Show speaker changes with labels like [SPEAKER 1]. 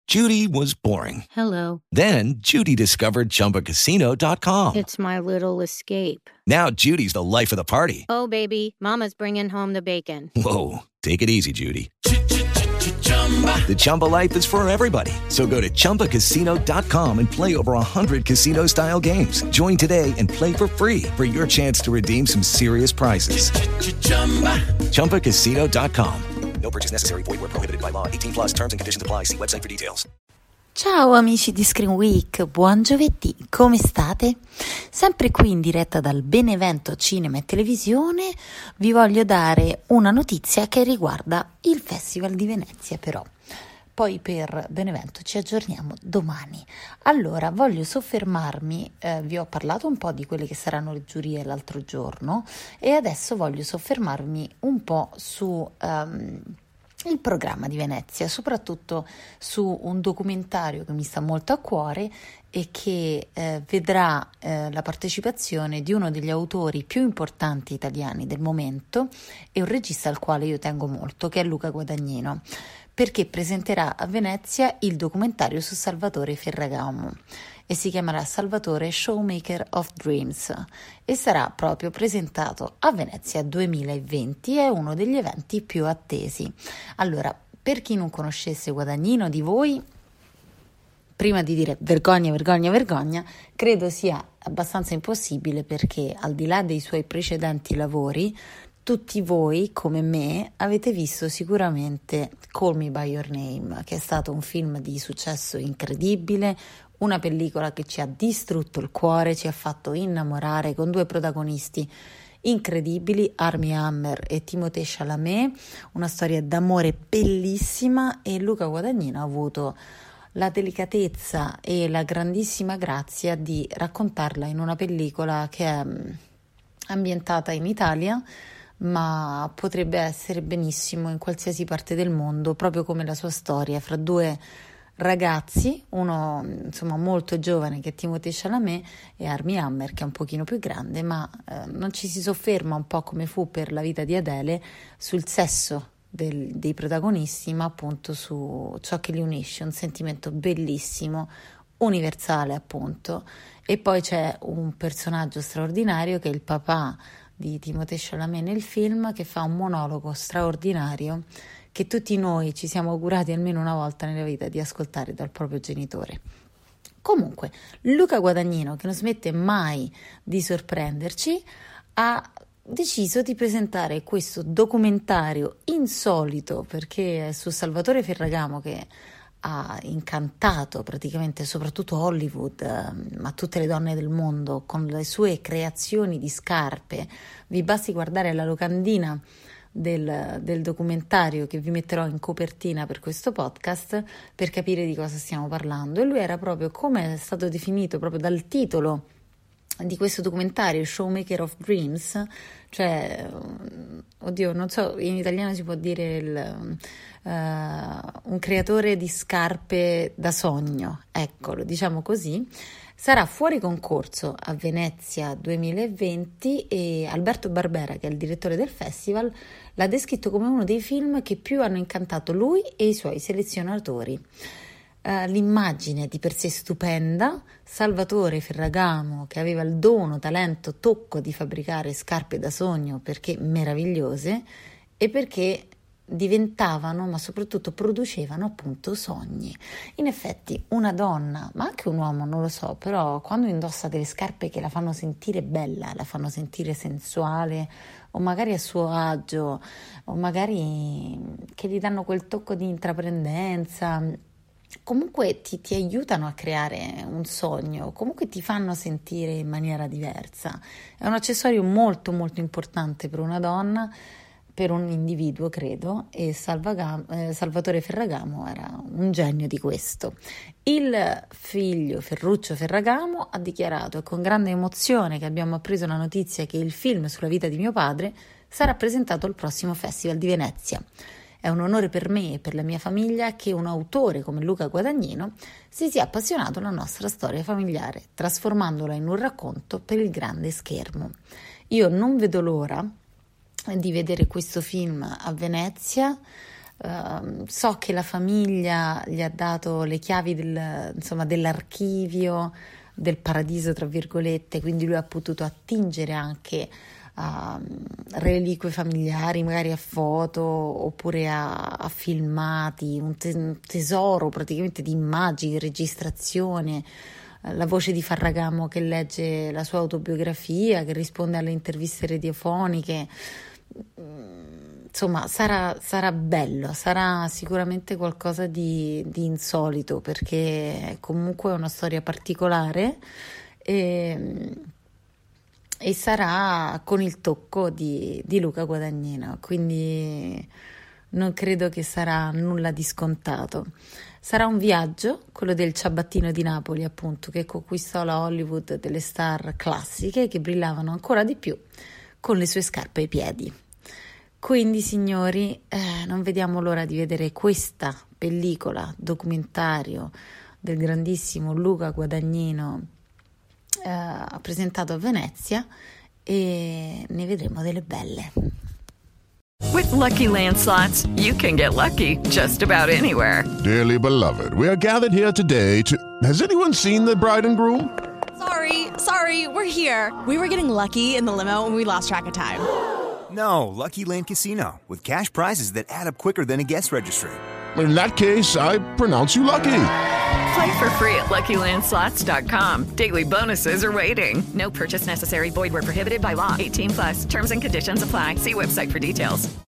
[SPEAKER 1] Judy was boring.
[SPEAKER 2] Hello.
[SPEAKER 1] Then Judy discovered ChumbaCasino.com.
[SPEAKER 2] It's my little escape.
[SPEAKER 1] Now Judy's the life of the party.
[SPEAKER 2] Oh, baby, mama's bringing home the bacon.
[SPEAKER 1] Whoa, take it easy, Judy. The Chumba life is for everybody. So go to ChumbaCasino.com and play over 100 casino-style games. Join today and play for free for your chance to redeem some serious prizes. ChumbaCasino.com. No purchase necessary. Void where prohibited by law. 18 plus terms and conditions apply. See website for details.
[SPEAKER 3] Ciao amici di Screen Week, buon giovedì, come state? Sempre qui in diretta dal Benevento Cinema e Televisione vi voglio dare una notizia che riguarda il Festival di Venezia però. Poi per Benevento ci aggiorniamo domani. Allora, voglio soffermarmi, vi ho parlato un po' di quelle che saranno le giurie l'altro giorno e adesso voglio soffermarmi un po' su il programma di Venezia, soprattutto su un documentario che mi sta molto a cuore e che vedrà la partecipazione di uno degli autori più importanti italiani del momento e un regista al quale io tengo molto, che è Luca Guadagnino, perché presenterà a Venezia il documentario su Salvatore Ferragamo e si chiamerà Salvatore Showmaker of Dreams e sarà proprio presentato a Venezia 2020, è uno degli eventi più attesi. Allora, per chi non conoscesse Guadagnino di voi, prima di dire vergogna, vergogna, vergogna, credo sia abbastanza impossibile perché al di là dei suoi precedenti lavori, tutti voi, come me, avete visto sicuramente Call Me By Your Name, che è stato un film di successo incredibile, una pellicola che ci ha distrutto il cuore, ci ha fatto innamorare con due protagonisti incredibili, Armie Hammer e Timothée Chalamet, una storia d'amore bellissima e Luca Guadagnino ha avuto la delicatezza e la grandissima grazia di raccontarla in una pellicola che è ambientata in Italia, ma potrebbe essere benissimo in qualsiasi parte del mondo, proprio come la sua storia fra due ragazzi, uno insomma molto giovane che è Timothée Chalamet e Armie Hammer che è un pochino più grande, ma non ci si sofferma, un po' come fu per La vita di Adele, sul sesso dei protagonisti, ma appunto su ciò che li unisce, un sentimento bellissimo, universale appunto. E poi c'è un personaggio straordinario che è il papà di Timothée Chalamet nel film, che fa un monologo straordinario che tutti noi ci siamo augurati almeno una volta nella vita di ascoltare dal proprio genitore. Comunque, Luca Guadagnino, che non smette mai di sorprenderci, ha deciso di presentare questo documentario insolito, perché è su Salvatore Ferragamo, che ha incantato praticamente soprattutto Hollywood, ma tutte le donne del mondo con le sue creazioni di scarpe. Vi basti guardare la locandina del documentario che vi metterò in copertina per questo podcast per capire di cosa stiamo parlando. E lui era proprio, come è stato definito proprio dal titolo di questo documentario, Showmaker of Dreams, cioè, oddio, non so, in italiano si può dire un creatore di scarpe da sogno, eccolo, diciamo così. Sarà fuori concorso a Venezia 2020 e Alberto Barbera, che è il direttore del festival, l'ha descritto come uno dei film che più hanno incantato lui e i suoi selezionatori. L'immagine di per sé stupenda, Salvatore Ferragamo che aveva il dono, talento, tocco di fabbricare scarpe da sogno perché meravigliose e perché diventavano, ma soprattutto producevano appunto sogni. In effetti una donna, ma anche un uomo, non lo so, però quando indossa delle scarpe che la fanno sentire bella, la fanno sentire sensuale o magari a suo agio o magari che gli danno quel tocco di intraprendenza, comunque ti aiutano a creare un sogno, comunque ti fanno sentire in maniera diversa. È un accessorio molto molto importante per una donna, per un individuo, credo, e Salvatore Ferragamo era un genio di questo. Il figlio Ferruccio Ferragamo ha dichiarato, e con grande emozione che abbiamo appreso la notizia, che il film sulla vita di mio padre sarà presentato al prossimo Festival di Venezia. È un onore per me e per la mia famiglia che un autore come Luca Guadagnino si sia appassionato alla nostra storia familiare, trasformandola in un racconto per il grande schermo. Io non vedo l'ora di vedere questo film a Venezia, So che la famiglia gli ha dato le chiavi dell'archivio del paradiso, tra virgolette, quindi lui ha potuto attingere anche a reliquie familiari, magari a foto oppure a filmati, un tesoro praticamente di immagini, di registrazione, la voce di Ferragamo che legge la sua autobiografia, che risponde alle interviste radiofoniche. Insomma, sarà bello, sarà sicuramente qualcosa di insolito, perché comunque è una storia particolare e sarà con il tocco di Luca Guadagnino, quindi non credo che sarà nulla di scontato. Sarà un viaggio, quello del ciabattino di Napoli, appunto, che conquistò la Hollywood delle star classiche che brillavano ancora di più con le sue scarpe ai piedi. Quindi, signori, non vediamo l'ora di vedere questa pellicola documentario del grandissimo Luca Guadagnino presentato a Venezia, e ne vedremo delle belle.
[SPEAKER 4] With Lucky Land Slots, you can get lucky just about anywhere.
[SPEAKER 5] Dearly beloved, we are gathered here today to... Has anyone seen the bride and groom?
[SPEAKER 6] Sorry, we're here. We were getting lucky in the limo and we lost track of time.
[SPEAKER 7] No, Lucky Land Casino, with cash prizes that add up quicker than a guest registry.
[SPEAKER 5] In that case, I pronounce you lucky.
[SPEAKER 4] Play for free at LuckyLandSlots.com. Daily bonuses are waiting. No purchase necessary. Void where prohibited by law. 18+. Terms and conditions apply. See website for details.